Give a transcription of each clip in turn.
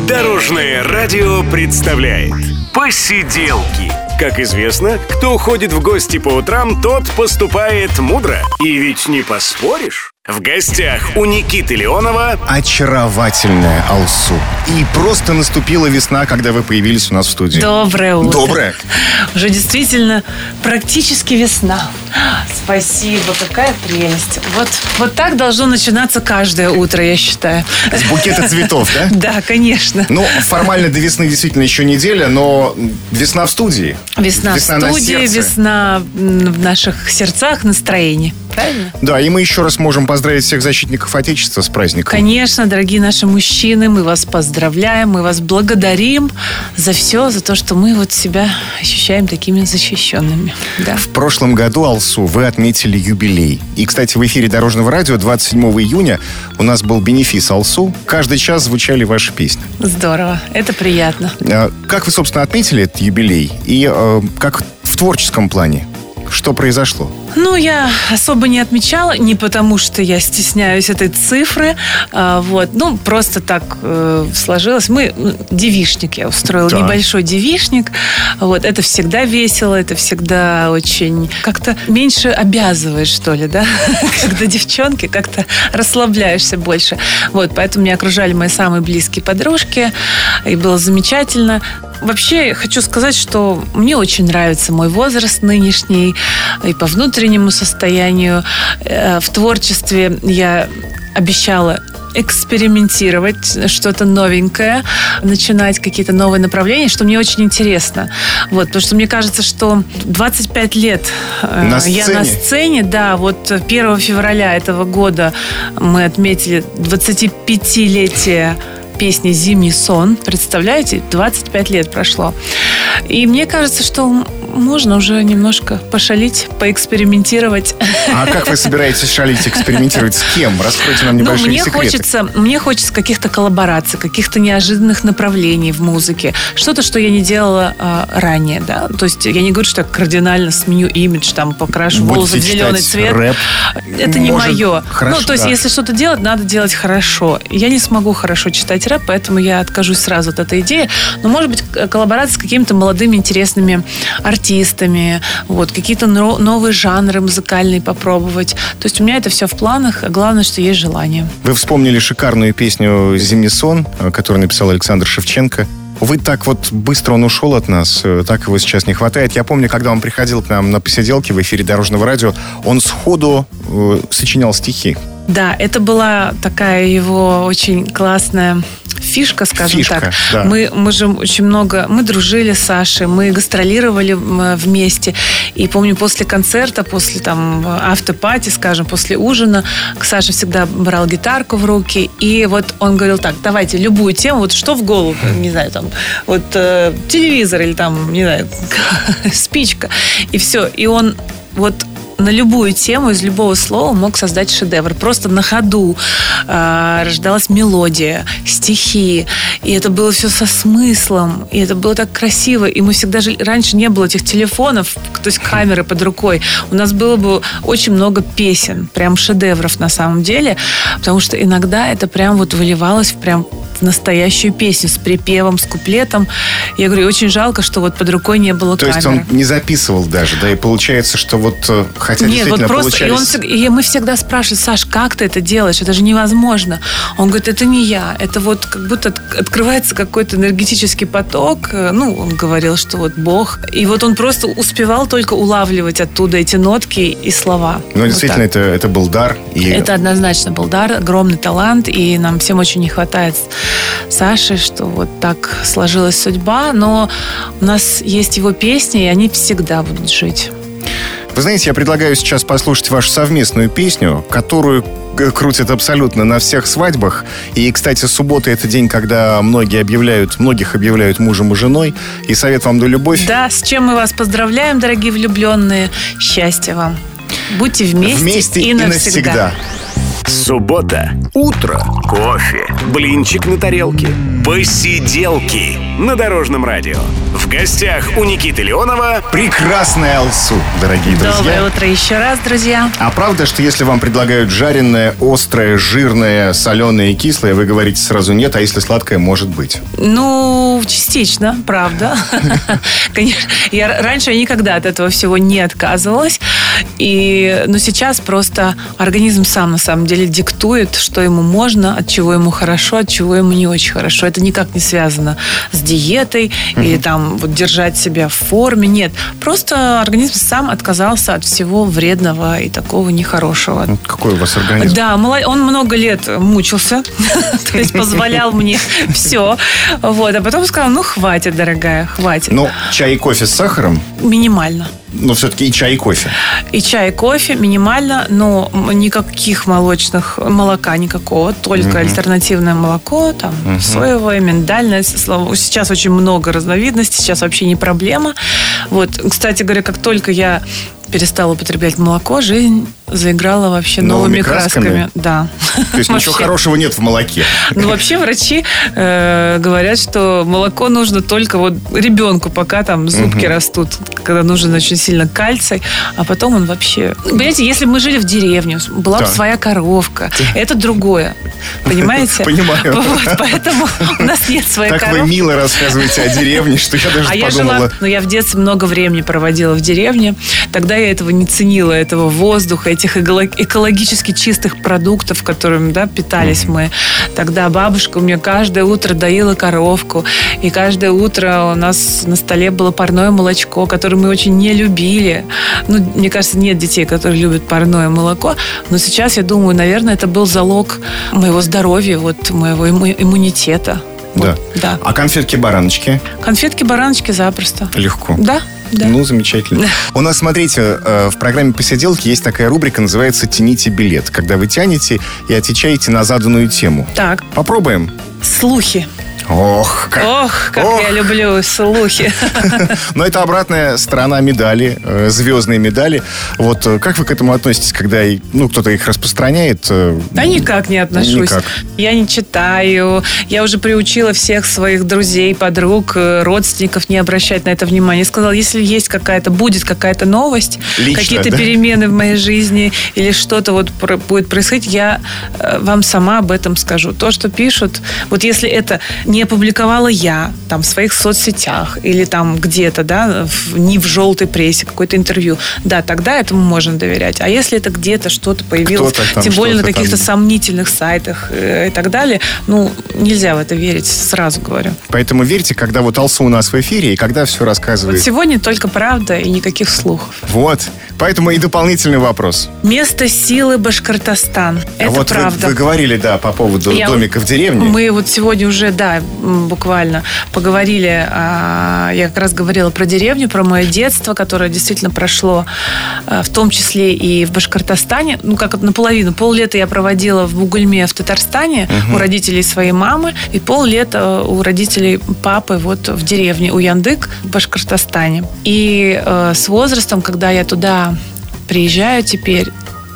Дорожное радио представляет «Посиделки». Как известно, кто ходит в гости по утрам, тот поступает мудро. И ведь не поспоришь. В гостях у Никиты Леонова очаровательная Алсу. И просто наступила весна, когда вы появились у нас в студии. Доброе утро. Доброе. Уже действительно практически весна. Спасибо, какая прелесть. Вот так должно начинаться каждое утро, я считаю. С букета цветов, да? Да, конечно. Ну, формально до весны действительно еще неделя, но весна в студии. Весна в студии, весна в наших сердцах, настроении. Правильно? Да, и мы еще раз можем поздравить всех защитников Отечества с праздником. Конечно, дорогие наши мужчины, мы вас поздравляем, мы вас благодарим за все, за то, что мы вот себя ощущаем такими защищенными. Да. В прошлом году, Алсу, вы отметили юбилей. И, кстати, в эфире Дорожного радио 27 июня у нас был бенефис Алсу. Каждый час звучали ваши песни. Здорово, это приятно. Как вы, собственно, отметили этот юбилей? И как в творческом плане? Что произошло? Ну, я особо не отмечала, не потому что я стесняюсь этой цифры. Ну, просто так сложилось. Девичник я устроила, да. Небольшой девичник. Это всегда весело, это всегда очень как-то меньше обязывает, что ли, да? Когда девчонки, как-то расслабляешься больше. Поэтому меня окружали мои самые близкие подружки, и было замечательно. Вообще, хочу сказать, что мне очень нравится мой возраст нынешний, и по внутреннему состоянию. В творчестве я обещала экспериментировать, что-то новенькое, начинать какие-то новые направления, что мне очень интересно. Потому что мне кажется, что 25 лет я на сцене. Да, 1 февраля этого года мы отметили 25-летие песни «Зимний сон». Представляете? 25 лет прошло. И мне кажется, что можно уже немножко пошалить, поэкспериментировать. А как вы собираетесь шалить, экспериментировать? С кем? Раскройте нам небольшие секреты. Мне хочется каких-то коллабораций, каких-то неожиданных направлений в музыке. Что-то, что я не делала ранее. Да? То есть я не говорю, что я кардинально сменю имидж, покрашу волосы в зеленый цвет. Рэп? Это не мое. Хорошо, то есть если что-то делать, надо делать хорошо. Я не смогу хорошо читать рэп, поэтому я откажусь сразу от этой идеи. Но, может быть, коллаборация с какими-то молодыми, интересными артистами, какие-то новые жанры музыкальные попробовать. То есть у меня это все в планах, главное, что есть желание. Вы вспомнили шикарную песню «Зимний сон», которую написал Александр Шевченко. Вы так быстро он ушел от нас, так его сейчас не хватает. Я помню, когда он приходил к нам на посиделки в эфире Дорожного радио, он сходу сочинял стихи. Да, это была такая его очень классная фишка, скажем так. Да. Мы же очень много... Мы дружили с Сашей, мы гастролировали вместе. И помню, после концерта, после автопати, скажем, после ужина, Саша всегда брал гитарку в руки. И он говорил так: давайте любую тему, что в голову, не знаю, телевизор или не знаю, спичка. И все. И он на любую тему, из любого слова мог создать шедевр. Просто на ходу рождалась мелодия, стихи. И это было все со смыслом. И это было так красиво. И мы всегда жили... Раньше не было этих телефонов, то есть камеры под рукой. У нас было бы очень много песен, прям шедевров на самом деле. Потому что иногда это прям выливалось в настоящую песню с припевом, с куплетом. Я говорю, очень жалко, что под рукой не было камеры. То есть он не записывал даже, да? И получается, что хотя нет, действительно просто получались... И мы всегда спрашиваем: Саш, как ты это делаешь? Это же невозможно. Он говорит, это не я. Это как будто открывается какой-то энергетический поток. Он говорил, что Бог. И он просто успевал только улавливать оттуда эти нотки и слова. Действительно, это был дар. Это однозначно был дар, огромный талант. И нам всем очень не хватает Саши, что так сложилась судьба. Но у нас есть его песни, и они всегда будут жить. Вы знаете, я предлагаю сейчас послушать вашу совместную песню, которую крутят абсолютно на всех свадьбах. И, кстати, суббота — это день, когда многих объявляют мужем и женой. И совет вам да любовь. Да, с чем мы вас поздравляем, дорогие влюбленные. Счастья вам. Будьте вместе и навсегда. Суббота. Утро. Кофе. Блинчик на тарелке. Посиделки на Дорожном радио. В гостях у Никиты Леонова прекрасная Алсу, дорогие друзья. Доброе утро еще раз, друзья. А правда, что если вам предлагают жареное, острое, жирное, соленое и кислое, вы говорите сразу нет, а если сладкое, может быть? Ну, частично, правда. Конечно, раньше я никогда от этого всего не отказывалась. Но сейчас просто организм сам, на самом деле, диктует, что ему можно, от чего ему хорошо, от чего ему не очень хорошо. Это никак не связано с диетой или там вот держать себя в форме. Нет, просто организм сам отказался от всего вредного и такого нехорошего. Какой у вас организм? Да, он много лет мучился, то есть позволял мне все. Вот, а потом сказал, ну, хватит, дорогая, хватит. Ну, чай и кофе с сахаром? Минимально. Но все-таки и чай, и кофе. И чай, и кофе минимально, но никаких молока никакого, только альтернативное молоко, там, соевое, миндальное. Сейчас очень много разновидностей, сейчас вообще не проблема. Вот, кстати говоря, как только я перестала употреблять молоко, жизнь заиграла вообще новыми красками. Да. То есть ничего хорошего нет в молоке. Ну, вообще врачи говорят, что молоко нужно только вот ребенку, пока там зубки растут, когда нужен очень сильно кальций, а потом он вообще... Понимаете, если бы мы жили в деревне, была бы своя коровка, это другое. Понимаете? Понимаю. Вот, поэтому у нас нет своей коровки. Так вы мило рассказываете о деревне, что я даже подумала... Я в детстве много времени проводила в деревне. Тогда я этого не ценила, этого воздуха, этих экологически чистых продуктов, которыми, да, питались мы. Тогда бабушка у меня каждое утро доила коровку, и каждое утро у нас на столе было парное молочко, которое мы очень не любили. Ну, мне кажется, нет детей, которые любят парное молоко, но сейчас я думаю, наверное, это был залог моего здоровья, вот, моего иммунитета. Да. Вот, да. А конфетки-бараночки? Конфетки-бараночки запросто. Легко. Да. Да. Ну, замечательно. У нас, смотрите, в программе «Посиделки» есть такая рубрика, называется «Тяните билет», когда вы тянете и отвечаете на заданную тему. Так. Попробуем. Слухи. Ох, как я люблю слухи. Но это обратная сторона медали, звездные медали. Вот как вы к этому относитесь, когда кто-то их распространяет? Да никак не отношусь. Никак. Я не читаю. Я уже приучила всех своих друзей, подруг, родственников не обращать на это внимания. Сказала, если будет какая-то новость, лично, какие-то да? перемены в моей жизни или что-то вот будет происходить, я вам сама об этом скажу. То, что пишут, вот если это не опубликовала я там в своих соцсетях или там где-то, да, не в желтой прессе, какое-то интервью, да, тогда этому можно доверять. А если это где-то что-то появилось, тем более на каких-то сомнительных сайтах и так далее, нельзя в это верить, сразу говорю. Поэтому верьте, когда вот Алсу у нас в эфире и когда все рассказывает. Вот сегодня только правда и никаких слухов. Вот. Поэтому и дополнительный вопрос. Место силы Башкортостан. Это вот правда. Вы говорили, да, по поводу домика в деревне. Мы вот сегодня уже, да, буквально поговорили. Я как раз говорила про деревню, про мое детство, которое действительно прошло в том числе и в Башкортостане. Как наполовину. Поллета я проводила в Бугульме, в Татарстане, у родителей своей мамы, и поллета у родителей папы вот в деревне Уяндык в Башкортостане. И с возрастом, когда я туда приезжаю теперь,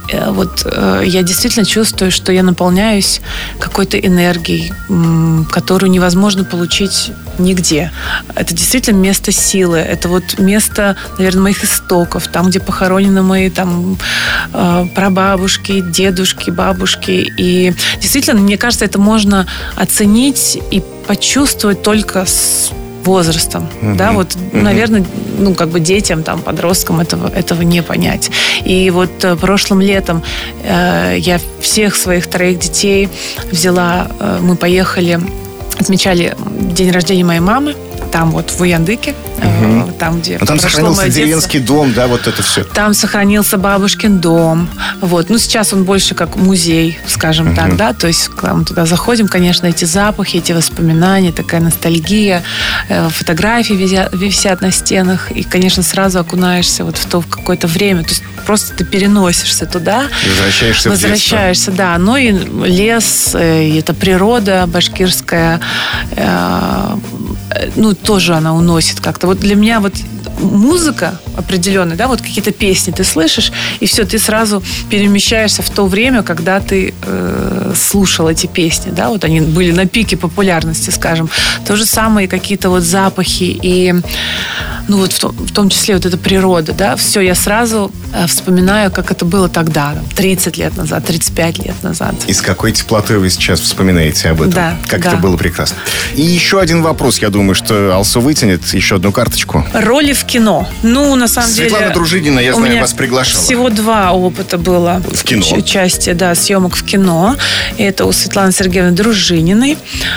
я действительно чувствую, что я наполняюсь какой-то энергией, которую невозможно получить нигде. Это действительно место силы. Это вот место, наверное, моих истоков, там, где похоронены мои там прабабушки, дедушки, бабушки. И действительно, мне кажется, это можно оценить и почувствовать только с возрастом, да, вот, наверное, детям, там, подросткам этого не понять. И вот прошлым летом я всех своих 3 детей взяла, мы поехали, отмечали день рождения моей мамы, там вот в Уяндыке, там, где там сохранился деревенский дом, да, вот это все. Там сохранился бабушкин дом. Вот. Сейчас он больше как музей, скажем так, да. То есть, когда мы туда заходим, конечно, эти запахи, эти воспоминания, такая ностальгия, фотографии висят на стенах, и, конечно, сразу окунаешься вот в какое-то время. То есть просто ты переносишься туда. Возвращаешься, да. Но и лес, и это природа башкирская, тоже она уносит как-то. Вот для меня вот музыка, определенный, да, вот какие-то песни ты слышишь, и все, ты сразу перемещаешься в то время, когда ты слушал эти песни, да, вот они были на пике популярности, скажем. То же самое какие-то вот запахи и, ну вот в том числе вот эта природа, да, все, я сразу вспоминаю, как это было тогда, 30 лет назад, 35 лет назад. И с какой теплотой вы сейчас вспоминаете об этом? Да. Как да. это было прекрасно. И еще один вопрос, я думаю, что Алсу вытянет еще одну карточку. Роли в кино. Ну, на самом деле... Светлана Дружинина, я знаю, вас приглашала. Всего 2 опыта было. В кино. Части, да, съемок в кино. Это у Светланы Сергеевны Дружининой,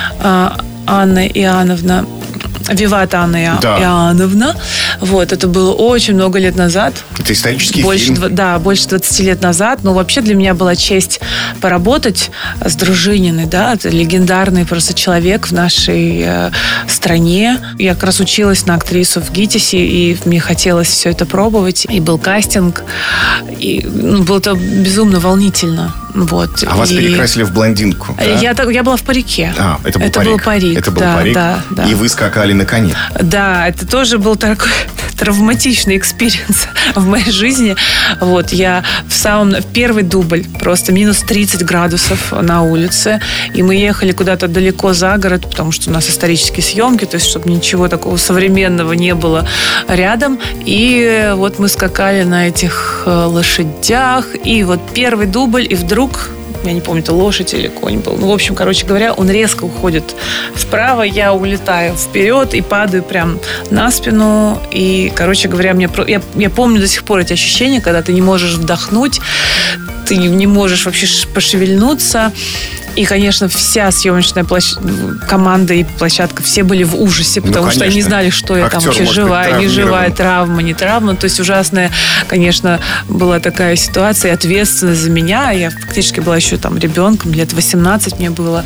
Анна Иоанновна, Виват Анна Иоанновна. Вот, это было очень много лет назад. Это исторический фильм? Да, больше 20 лет назад. Но вообще для меня была честь поработать с Дружининой, да, это легендарный просто человек в нашей стране. Я как раз училась на актрису в ГИТИСе, и мне хотелось все это пробовать. И был кастинг, и было это безумно волнительно. Вот. А вас перекрасили в блондинку, да? Я была в парике. Это был парик. Это был парик. Да. И вы скакали на коне. Да, это тоже был такой травматичный экспириенс в моей жизни. Вот, я в первый дубль просто минус 30 градусов на улице. И мы ехали куда-то далеко за город, потому что у нас исторические съемки, то есть, чтобы ничего такого современного не было рядом. И вот мы скакали на этих лошадях. И вот первый дубль, и вдруг, я не помню, это лошадь или конь был. Ну, в общем, короче говоря, он резко уходит вправо, я улетаю вперед и падаю прям на спину. И, короче говоря, я помню до сих пор эти ощущения, когда ты не можешь вдохнуть, ты не можешь вообще пошевельнуться. И, конечно, вся съемочная команда и площадка, все были в ужасе, потому что они знали, что я там вообще живая, не живая, травма, не травма. То есть ужасная, конечно, была такая ситуация, и ответственность за меня. Я фактически была еще там ребенком, лет 18 мне было.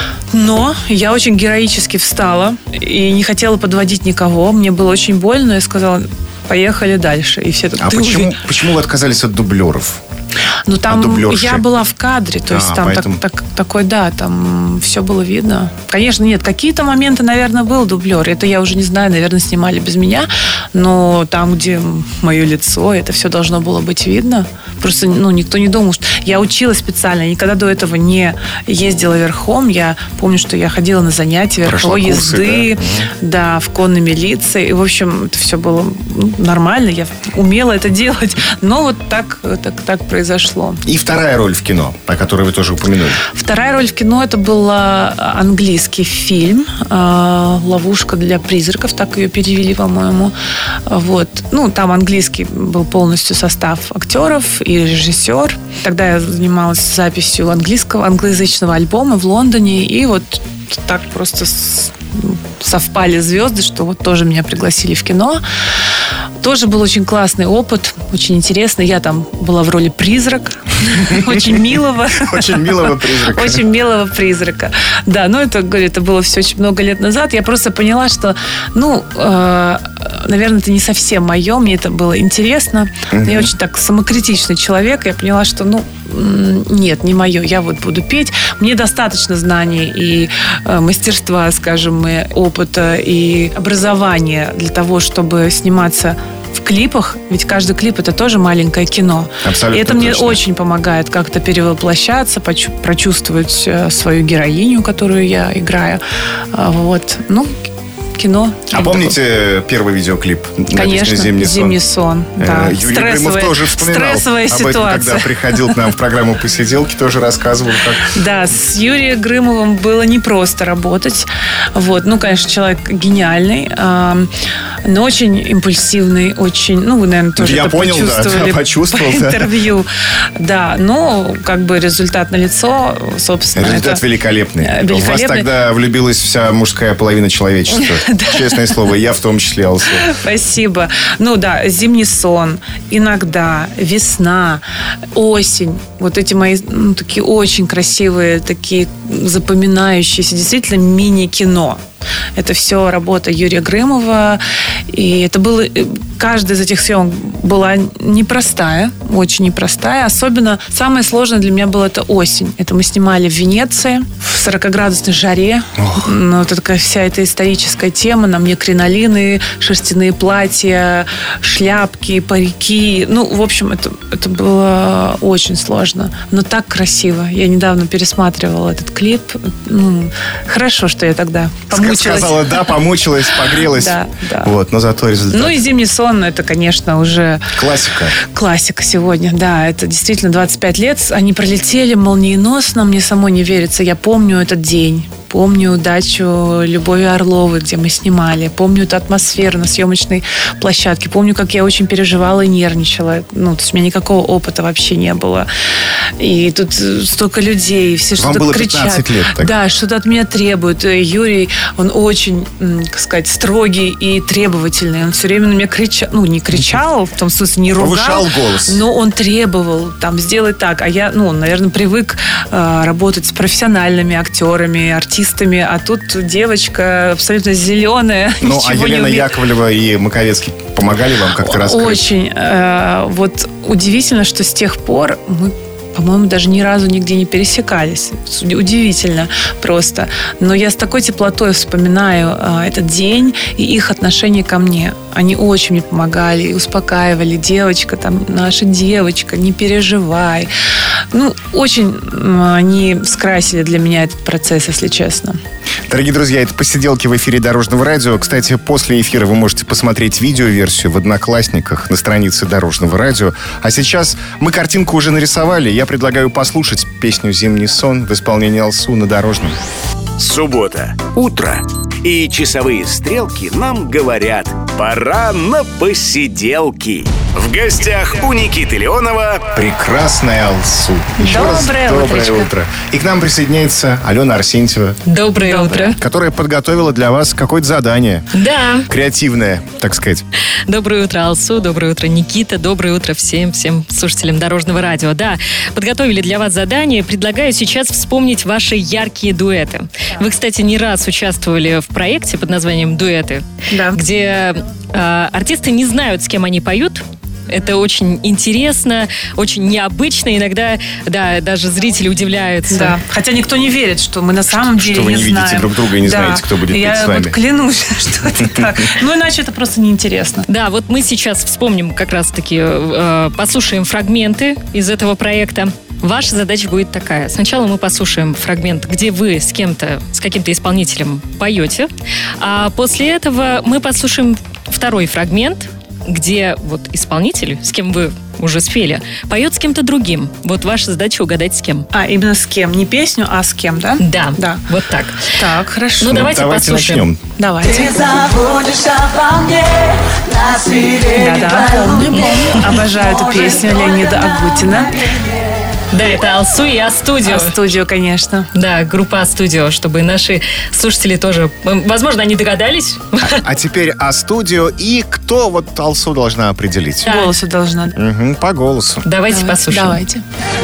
Но я очень героически встала и не хотела подводить никого. Мне было очень больно, я сказала, поехали дальше. И все так, почему вы отказались от дублеров? Ну, там я была в кадре, то есть там такой, да, там все было видно. Конечно, нет, какие-то моменты, наверное, был дублер. Это я уже не знаю, наверное, снимали без меня, но там, где мое лицо, это все должно было быть видно. Просто, никто не думал, что... Я училась специально, никогда до этого не ездила верхом. Я помню, что я ходила на занятия верховой езды, да, в конной милиции. И, в общем, это все было нормально, я умела это делать. Но вот так произошло. И вторая роль в кино, о которой вы тоже упомянули. Вторая роль в кино, это был английский фильм «Ловушка для призраков», так ее перевели, по-моему. Вот. Там английский был полностью состав актеров и режиссер. Тогда я занималась записью англоязычного альбома в Лондоне, и вот так просто совпали звезды, что вот тоже меня пригласили в кино. Тоже был очень классный опыт, очень интересный. Я там была в роли призрак, очень милого. Очень милого призрака. Очень милого призрака. Да, это было все очень много лет назад. Я просто поняла, что, наверное, это не совсем мое. Мне это было интересно. Я очень так самокритичный человек. Я поняла, что, нет, не мое. Я вот буду петь. Мне достаточно знаний и мастерства, скажем, и опыта, и образования для того, чтобы сниматься в клипах, ведь каждый клип — это тоже маленькое кино. Абсолютно. И это мне очень помогает как-то перевоплощаться, прочувствовать свою героиню, которую я играю. Вот. Кино. А помните первый видеоклип? Конечно, «Зимний сон». Да. Юрий Грымов тоже вспоминал стрессовая об этом, когда приходил к нам в программу «Посиделки», тоже рассказывал, как... Да, с Юрием Грымовым было непросто работать. Вот. Конечно, человек гениальный, но очень импульсивный, очень... вы, наверное, тоже это почувствовали. Я почувствовал, по интервью. Да, результат налицо, собственно. Результат великолепный. В вас тогда влюбилась вся мужская половина человечества. Честное слово, я в том числе, Алсу. Спасибо. «Зимний сон», «Иногда», «Весна», «Осень». Вот эти мои такие очень красивые, такие запоминающиеся, действительно мини-кино. Это все работа Юрия Грымова. И это было... Каждая из этих съемок была непростая, очень непростая. Особенно самое сложное для меня было это осень. Это мы снимали в Венеции, в 40-градусной жаре. Вот такая вся эта историческая тема. На мне кринолины, шерстяные платья, шляпки, парики. В общем, это было очень сложно. Но так красиво. Я недавно пересматривала этот клип. Хорошо, что я тогда помучилась. Сказала, да, помучилась, погрелась. Да. Вот, но зато результат. И «Зимний сон», это, конечно, уже... Классика. Классика сегодня, да. Это действительно 25 лет. Они пролетели молниеносно. Мне самой не верится. Я помню этот день. Помню дачу Любови Орловой, где мы снимали. Помню эту атмосферу на съемочной площадке. Помню, как я очень переживала и нервничала. То есть у меня никакого опыта вообще не было. И тут столько людей, все что-то кричат. Вам было 15 лет. Так? Да, что-то от меня требуют. Юрий, он очень, как сказать, строгий и требовательный. Он все время на меня кричал. Не кричал, в том смысле не ругал. Повышал голос. Но он требовал, сделай так. А я, наверное, привык работать с профессиональными актерами, артистами. А тут девочка абсолютно зеленая. А Елена Яковлева и Маковецкий помогали вам как-то раскрыть? Очень. Удивительно, что с тех пор мы, по-моему, даже ни разу нигде не пересекались. Удивительно просто. Но я с такой теплотой вспоминаю этот день и их отношение ко мне. Они очень мне помогали и успокаивали. Девочка, наша девочка, не переживай. Очень они скрасили для меня этот процесс, если честно. Дорогие друзья, это «Посиделки» в эфире Дорожного радио. Кстати, после эфира вы можете посмотреть видеоверсию в Одноклассниках на странице Дорожного радио. А сейчас мы картинку уже нарисовали. Я предлагаю послушать песню «Зимний сон» в исполнении Алсу на Дорожном. Суббота. Утро. И часовые стрелки нам говорят: пора на посиделки. В гостях у Никиты Леонова прекрасная Алсу. Доброе утро. И к нам присоединяется Алена Арсентьева. Доброе утро. Которая подготовила для вас какое-то задание. Да. Креативное, так сказать. Доброе утро, Алсу. Доброе утро, Никита. Доброе утро всем слушателям Дорожного радио. Да, подготовили для вас задание. Предлагаю сейчас вспомнить ваши яркие дуэты. Вы, кстати, не раз участвовали в проекте под названием «Дуэты», где артисты не знают, с кем они поют. Это очень интересно, очень необычно. Иногда, даже зрители удивляются. Да. Хотя никто не верит, что мы на самом деле что вы не видите друг друга и не знаете, кто будет петь с вами. Я клянусь, что это так. Иначе это просто неинтересно. Да, вот мы сейчас вспомним как раз-таки, послушаем фрагменты из этого проекта. Ваша задача будет такая. Сначала мы послушаем фрагмент, где вы с каким-то исполнителем поете. А после этого мы послушаем второй фрагмент, где исполнитель, с кем вы уже спели, поет с кем-то другим. Вот ваша задача угадать с кем. Именно с кем? Не песню, а с кем, да? Да. Вот так. Так, хорошо. Давайте послушаем. Начнем. Давайте. Ты забудешь обо мне на свирели. Да, помню. Обожаю эту песню Леонида Агутина. Да, это Алсу и А-студио. А-студио, конечно. Да, группа А-студио, чтобы наши слушатели тоже... Возможно, они догадались. А теперь А-студио. И кто Алсу должна определить? По голосу должна. Угу, по голосу. Давайте послушаем. Давайте.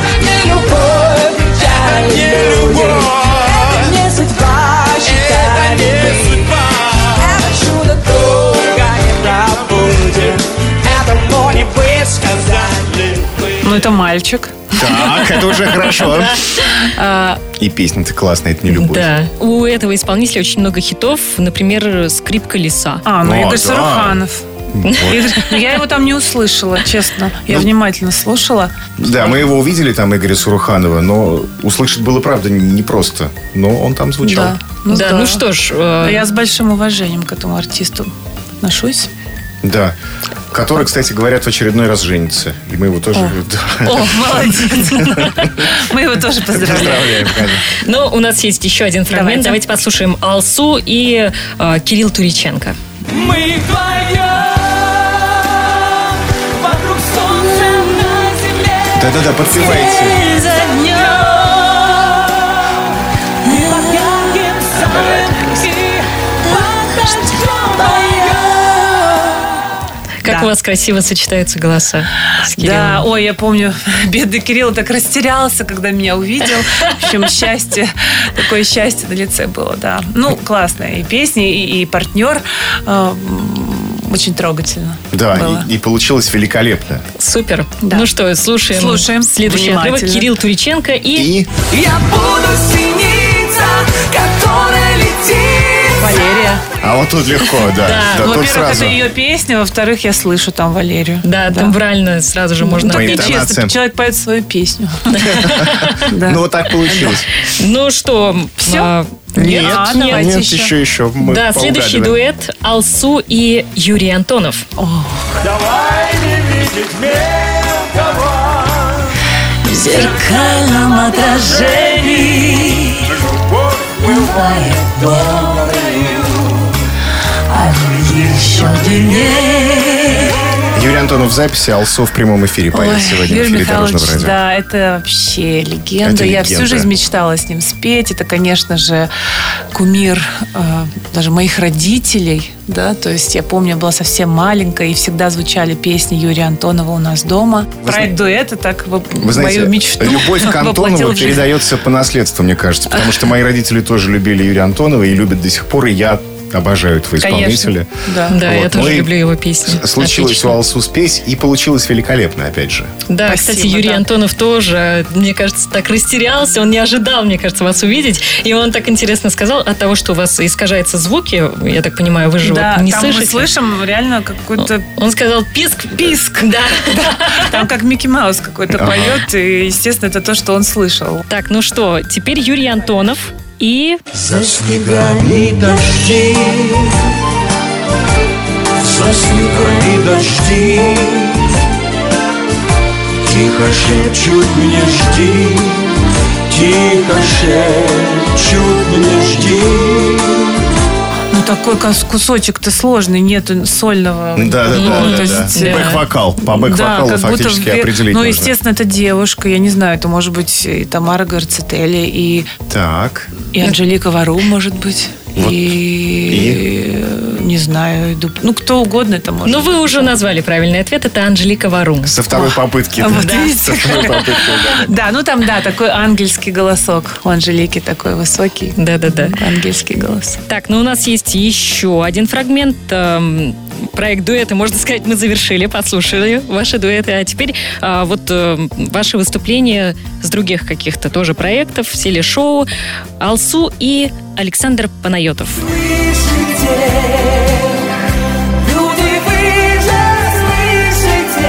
Это мальчик. Так, это уже хорошо. И песня-то классная, это не любовь. Да. У этого исполнителя очень много хитов. Например, «Скрипка леса». Игорь Саруханов. Я его там не услышала, честно. Я внимательно слушала. Да, мы его увидели там, Игоря Саруханова, но услышать было, правда, непросто. Но он там звучал. Да, что ж. Я с большим уважением к этому артисту отношусь. Да. Который, кстати, говорят, в очередной раз женится. И мы его тоже... О, молодец. Мы его тоже поздравляем. Но у нас есть еще один фрагмент. Давайте послушаем Алсу и Кирилл Туриченко. Мы вдвоем вокруг солнца на земле. Да-да-да, подпевайте. Как у вас красиво сочетаются голоса с Кириллом. Да, ой, я помню, бедный Кирилл так растерялся, когда меня увидел. В общем, счастье, такое счастье на лице было, да. Ну, классная и песня, и партнер. Очень трогательно. Да, и получилось великолепно. Супер. Да. Ну что, слушаем следующий отрывок. Кирилл Туриченко и... Я буду синица, которая летит. Валерия. А вот тут легко, да. Ну, тут во-первых, сразу. это ее песня, во-вторых, я слышу там Валерию. Да, тембрально сразу же можно... По Ну, интонациям. честно, человек поет свою песню. Ну, вот так получилось. Ну что... Всё? Нет, давайте нет, еще. еще. Мы Да, следующий поугадываем. дуэт Алсу и Юрий Антонов. Давай не видеть мелкого. В зеркальном отражении бывает долгою, а жизнь еще длиннее. Юрий Антонов в записи, Алсу в прямом эфире поет сегодня в Юрий эфире Михайлович, Дорожного радио. да, это вообще легенда. Это Я легенда. всю жизнь мечтала с ним спеть. Это, конечно же, кумир даже моих родителей. Да, то есть я помню, я была совсем маленькая, и всегда звучали песни Юрия Антонова у нас дома. Проект дуэта так Вы знаете, мою мечту любовь к воплотил Антонову в жизнь. передается по наследству, мне кажется. Потому что мои родители тоже любили Юрия Антонова и любят до сих пор, и я обожаю этого исполнителя. Да. Да, я Вот, тоже ну и люблю его песни. Случилось Отлично. у Алсу спеть, и получилось великолепно, опять же. Да, Спасибо, кстати, Юрий да. Антонов тоже, мне кажется, так растерялся. Он не ожидал, мне кажется, вас увидеть. И он так интересно сказал, от того, что у вас искажаются звуки, я так понимаю, вы же Да, вот не там слышите. мы слышим реально какой-то Он сказал писк. писк. Да. Там как Микки Маус какой-то поет, и, естественно, это то, что он слышал. Так, ну что, теперь Юрий Антонов и... За снегами дожди, за снегами дожди, тихо шепчут мне жди, тихо шепчут мне жди. Ну, такой кусочек-то сложный, нету сольного. Да. то есть, Бэк-вокал. По бэк-вокалу как будто фактически определить Ну, можно. естественно, это девушка, я не знаю, это может быть и Тамара Гарцетели, и Так. Анжелика Варум, может быть. Вот. И не знаю, ну, кто угодно это может Ну, быть. вы уже назвали правильный ответ, это Анжелика Варум. Со второй попытки. А вот Да. видите? Со второй попытки угадать. Да, ну там, да, такой ангельский голосок у Анжелики, такой высокий. Да-да-да. Ангельский голос. Так, ну у нас есть еще один фрагмент. Проект дуэты, можно сказать, мы завершили, послушали ваши дуэты. А теперь ваши выступления с других каких-то тоже проектов, телешоу, Алсу и Александр Панайотов. Слышите, люди, вы же слышите,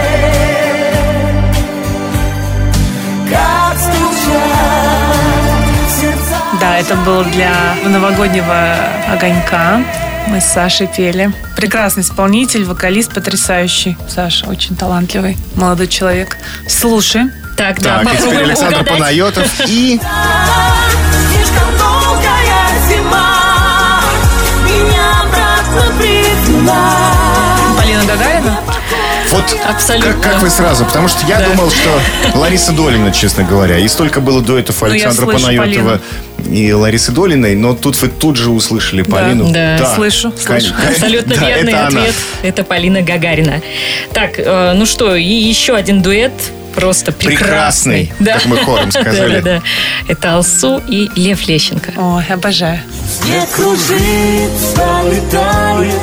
как стучат сердца. Да, это было для новогоднего огонька. Мы с Сашей пели. Прекрасный исполнитель, вокалист потрясающий. Саша очень талантливый молодой человек. Слушай. Так, Так, и теперь попробуем Александр угадать. Панайотов и... Слишком долгая зима меня обратно пригнала. Полина Гагарина. Вот Абсолютно. как вы сразу? Потому что я думал, что Лариса Долина, честно говоря. И столько было дуэтов у Ну, я Александра слышу Панайотова и Ларисы Долиной, но тут вы тут же услышали Полину. Да, слышу. Абсолютно Да, верный это она. ответ. Это Полина Гагарина. Так, ну что, и еще один дуэт. Просто прекрасный. Прекрасный, как мы хором сказали. Да. Это Алсу и Лев Лещенко. Ой, обожаю. Снег кружится, летает,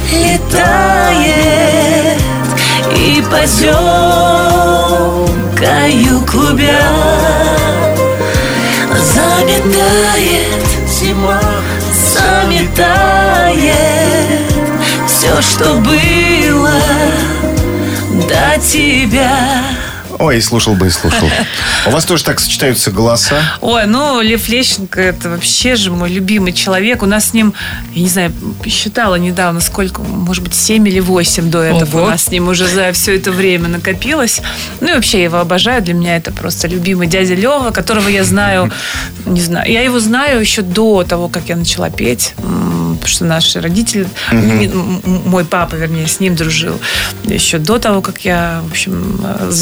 Летает и поземкою клубя заметает зима. заметает все, что было до тебя. Ой, слушал бы и слушал. У вас тоже так сочетаются голоса? Ой, ну, Лев Лещенко, это вообще же мой любимый человек. У нас с ним, я не знаю, считала недавно, сколько, может быть, 7 или 8 дуэтов Ого. у нас с ним уже за все это время накопилось. Ну, и вообще я его обожаю. Для меня это просто любимый дядя Лева, которого я знаю, не знаю. Я его знаю еще до того, как я начала петь, потому что наши родители, мой папа, вернее, с ним дружил еще до того, как я, в общем, занялась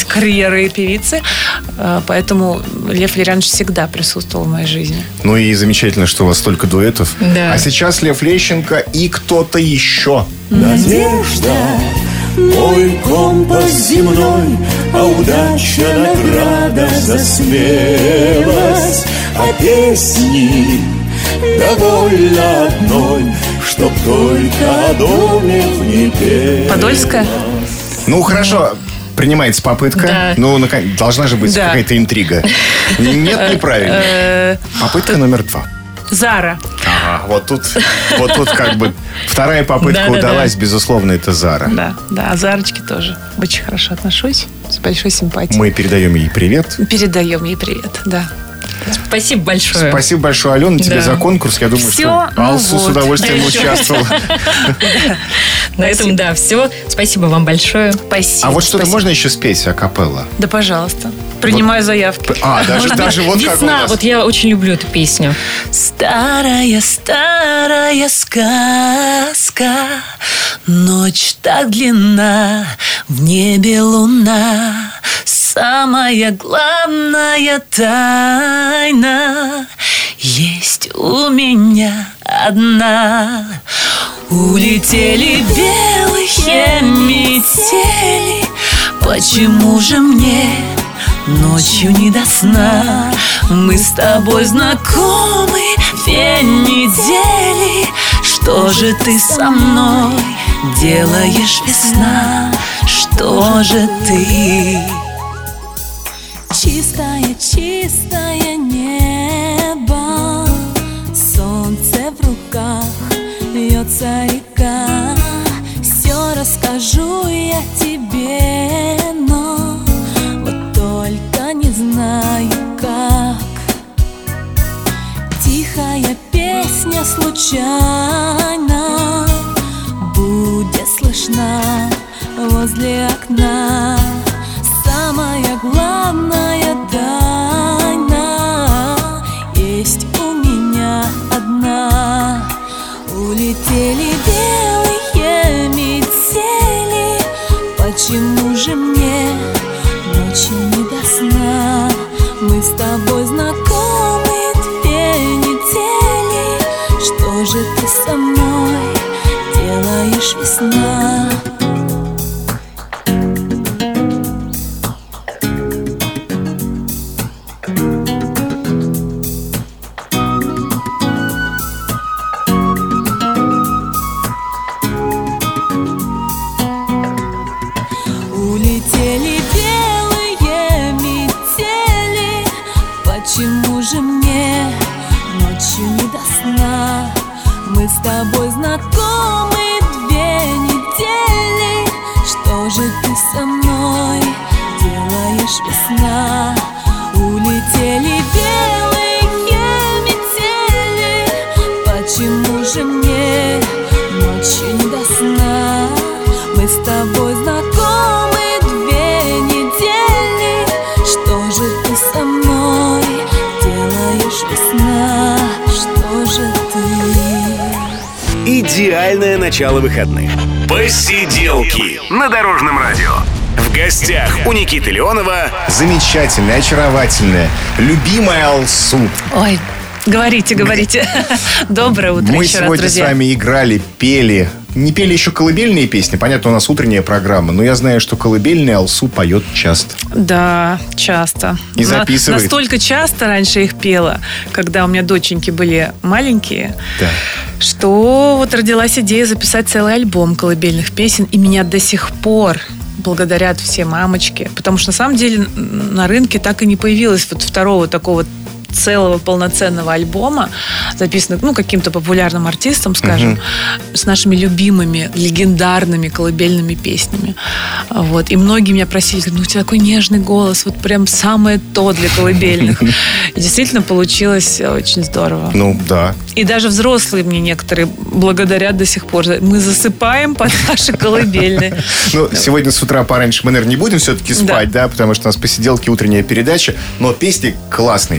карьеры певицы. Поэтому Лев Лерянович всегда присутствовал в моей жизни. Ну и замечательно, что у вас столько дуэтов. Да. А сейчас Лев Лещенко и кто-то еще. Надежда, мой компас земной, а удача награда за смелость. А песни довольно одной, чтоб только о доме в небе. Подольская? Ну, хорошо. Принимается попытка. Да. Ну, должна же быть Да. какая-то интрига. Нет, неправильно. Попытка номер 2. Зара. Ага, вот тут как бы вторая попытка Да-да-да. удалась, безусловно, это Зара. Да, а Зарочке тоже очень хорошо отношусь. С большой симпатией. Мы передаем ей привет. Передаем ей привет, да. Спасибо большое. Спасибо большое, Алена, тебе Да. за конкурс. Я думаю, Всё, что ну Алсу с вот. удовольствием участвовала. На этом, да, все. Спасибо вам большое. Спасибо. А вот что-то спасибо. можно еще спеть акапелла? Да, пожалуйста. Принимаю заявки. Даже вот как у Весна. нас. Вот я очень люблю эту песню. Старая, старая сказка, ночь так длинна, в небе луна. Самая главная тайна есть у меня одна. Улетели белые метели, почему же мне ночью не до сна? Мы с тобой знакомы две недели. Что же ты со мной делаешь, весна? Что же ты? Чистое, чистое небо, солнце в руках, льется река. Все расскажу я тебе, но вот только не знаю как. Тихая песня случайно будет слышна возле окна. Самая главная тайна есть у меня одна. Улетели белые метели, почему же мне ночью не до сна? Мы с тобой знакомы две недели. Что же ты со мной делаешь, весна? Улетели белые метели, почему же мне ночью не до сна? Мы с тобой знакомы две недели. Что же ты со мной делаешь, весна? Улетели белые метели, почему же мне ночью не до сна? Мы с тобой знакомы две недели. Что же ты со мной делаешь, весна? Что же ты? Идеальное начало выходных. Посиделки на Дорожном радио. В гостях у Никиты Леонова Замечательная, очаровательная, любимая Алсу. Ой, говорите. Доброе утро Мы еще раз, сегодня с друзья. вами играли, пели. Не пели еще колыбельные песни. Понятно, у нас утренняя программа. Но я знаю, что колыбельные Алсу поет часто. Да, часто. И записывает. Настолько часто раньше их пела, когда у меня доченьки были маленькие, Да. что вот родилась идея записать целый альбом колыбельных песен. И меня до сих пор благодарят все мамочки. Потому что на самом деле на рынке так и не появилось вот второго такого целого полноценного альбома, записанного, каким-то популярным артистом, скажем, с нашими любимыми, легендарными колыбельными песнями. Вот. И многие меня просили, говорят, у тебя такой нежный голос, вот прям самое то для колыбельных. И действительно получилось очень здорово. Ну, да. И даже взрослые мне некоторые благодарят до сих пор. Мы засыпаем под наши колыбельные. Ну, сегодня с утра пораньше мы, наверное, не будем все-таки спать, да, потому что у нас посиделки, утренняя передача, но песни классные.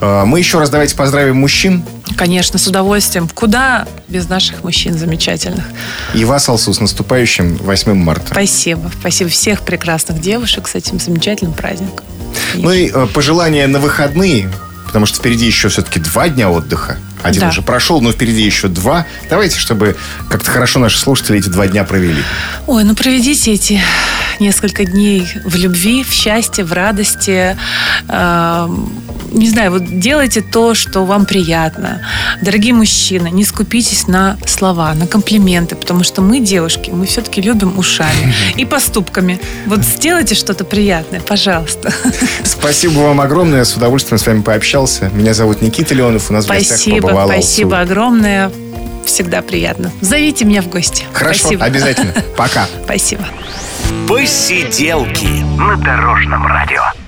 Мы еще раз давайте поздравим мужчин. Конечно, с удовольствием. Куда без наших мужчин замечательных? И вас, Алсу, с наступающим 8 марта. Спасибо. Спасибо всех прекрасных девушек с этим замечательным праздником. Ну и пожелания на выходные, потому что впереди еще все-таки 2 дня отдыха. Один уже прошел, но впереди еще 2. Давайте, чтобы как-то хорошо наши слушатели эти 2 дня провели. Ой, ну проведите эти несколько дней в любви, в счастье, в радости. Не знаю, вот делайте то, что вам приятно. Дорогие мужчины, не скупитесь на слова, на комплименты, потому что мы, девушки, мы все-таки любим ушами и поступками. Вот сделайте что-то приятное, пожалуйста. Спасибо вам огромное, я с удовольствием с вами пообщался. Меня зовут Никита Леонов, у нас в гостях побывал Алсу. Спасибо огромное, всегда приятно. Зовите меня в гости. Хорошо, спасибо. Обязательно. Пока. Спасибо. Посиделки на Дорожном радио.